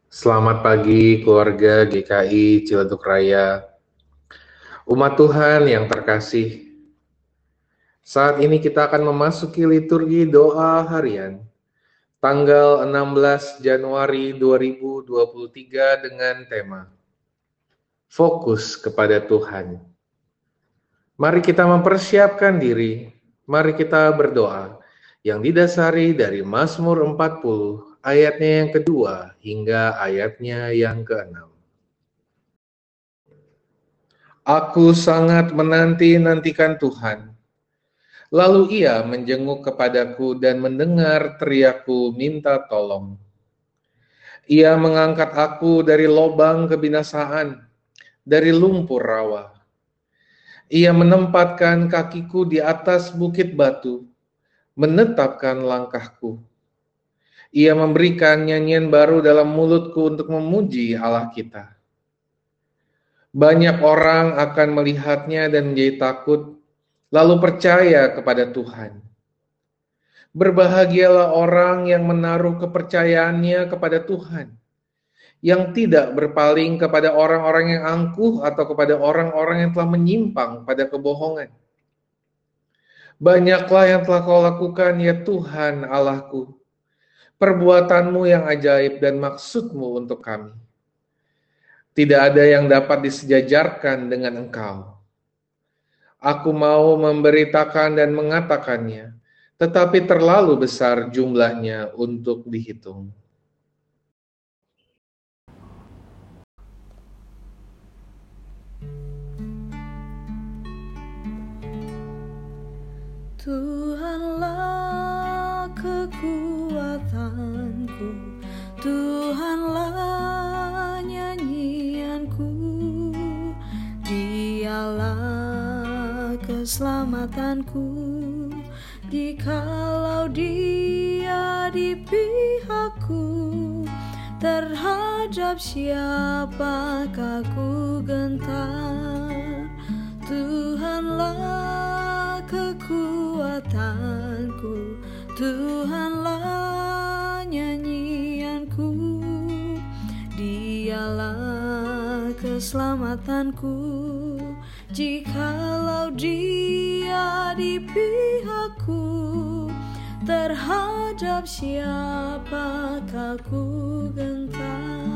Selamat pagi keluarga GKI Ciledug Raya. Umat Tuhan yang terkasih, saat ini kita akan memasuki liturgi doa harian tanggal 16 Januari 2023 dengan tema Fokus kepada Tuhan. Mari kita mempersiapkan diri, mari kita berdoa yang didasari dari Mazmur 40 ayatnya yang kedua hingga ayatnya yang keenam. Aku sangat menanti-nantikan Tuhan. Lalu ia menjenguk kepadaku dan mendengar teriakku minta tolong. Ia mengangkat aku dari lobang kebinasaan, dari lumpur rawa. Ia menempatkan kakiku di atas bukit batu, menetapkan langkahku. Ia memberikan nyanyian baru dalam mulutku untuk memuji Allah kita. Banyak orang akan melihatnya dan menjadi takut, lalu percaya kepada Tuhan. Berbahagialah orang yang menaruh kepercayaannya kepada Tuhan, yang tidak berpaling kepada orang-orang yang angkuh atau kepada orang-orang yang telah menyimpang pada kebohongan. Banyaklah yang telah kau lakukan, ya Tuhan Allahku, perbuatanmu yang ajaib dan maksudmu untuk kami. Tidak ada yang dapat disejajarkan dengan Engkau. Aku mau memberitakan dan mengatakannya, tetapi terlalu besar jumlahnya untuk dihitung. Tuhanlah kekuatanku, Tuhanlah nyanyianku, Dialah keselamatanku, jikalau Dia di pihakku, terhadap siapakah ku gentar. Tuhanlah kekuatanku, Tuhanlah nyanyianku, Dialah keselamatanku, jikalau Dia di pihakku, terhadap siapakah ku gentar.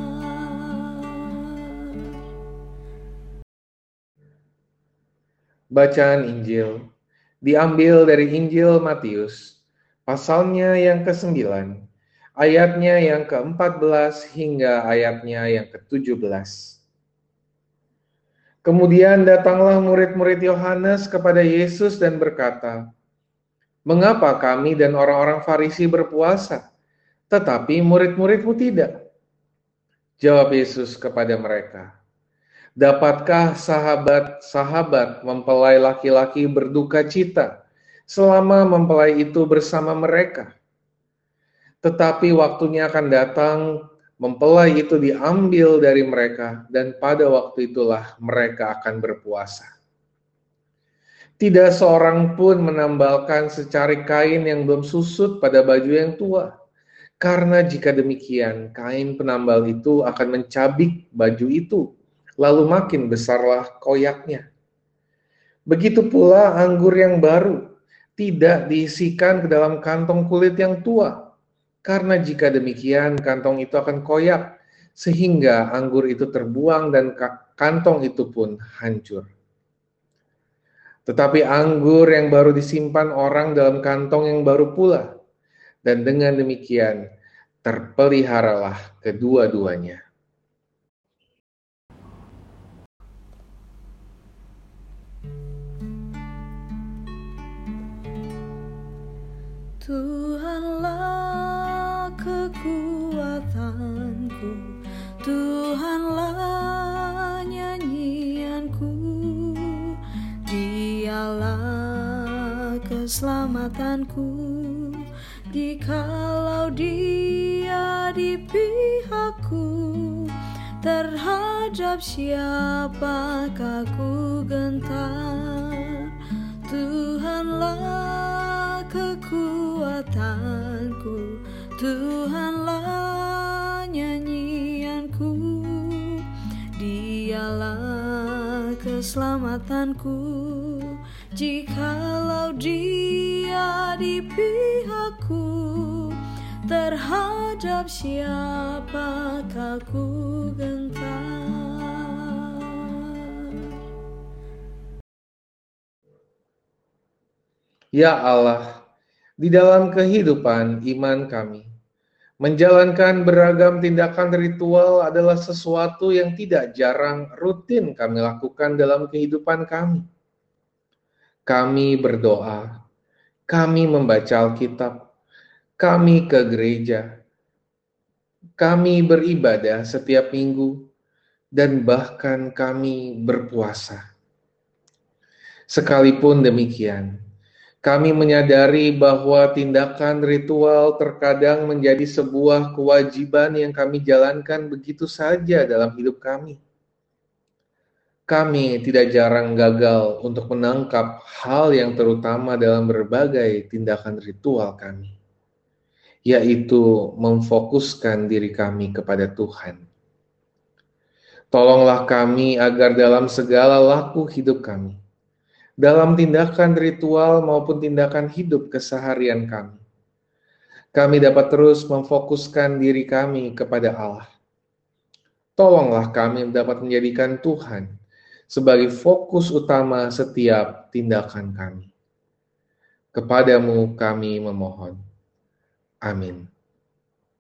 Bacaan Injil diambil dari Injil Matius, pasalnya yang ke-9, ayatnya yang ke-14 hingga ayatnya yang ke-17. Kemudian datanglah murid-murid Yohanes kepada Yesus dan berkata, "Mengapa kami dan orang-orang Farisi berpuasa, tetapi murid-murid-mu tidak?" Jawab Yesus kepada mereka, "Dapatkah sahabat-sahabat mempelai laki-laki berduka cita selama mempelai itu bersama mereka? Tetapi waktunya akan datang, mempelai itu diambil dari mereka, dan pada waktu itulah mereka akan berpuasa. Tidak seorang pun menambalkan secari kain yang belum susut pada baju yang tua, karena jika demikian, kain penambal itu akan mencabik baju itu, lalu makin besarlah koyaknya. Begitu pula anggur yang baru tidak diisikan ke dalam kantong kulit yang tua, karena jika demikian kantong itu akan koyak, sehingga anggur itu terbuang dan kantong itu pun hancur. Tetapi anggur yang baru disimpan orang dalam kantong yang baru pula, dan dengan demikian terpeliharalah kedua-duanya." Tuhanlah kekuatanku, Tuhanlah nyanyianku, Dialah keselamatanku, jikalau Dia di pihakku, terhadap siapakah ku gentar. Tuhanlah kekuatanku, Tuhanlah nyanyianku, Allah keselamatanku, jikalau Dia di pihakku, terhadap siapakah ku gentar. Ya Allah, di dalam kehidupan iman kami, menjalankan beragam tindakan ritual adalah sesuatu yang tidak jarang rutin kami lakukan dalam kehidupan kami. Kami berdoa, kami membaca Alkitab, kami ke gereja, kami beribadah setiap minggu, dan bahkan kami berpuasa. Sekalipun demikian, kami menyadari bahwa tindakan ritual terkadang menjadi sebuah kewajiban yang kami jalankan begitu saja dalam hidup kami. Kami tidak jarang gagal untuk menangkap hal yang terutama dalam berbagai tindakan ritual kami, yaitu memfokuskan diri kami kepada Tuhan. Tolonglah kami agar dalam segala laku hidup kami, dalam tindakan ritual maupun tindakan hidup keseharian kami dapat terus memfokuskan diri kami kepada Allah. Tolonglah kami dapat menjadikan Tuhan sebagai fokus utama setiap tindakan kami. Kepadamu kami memohon. Amin.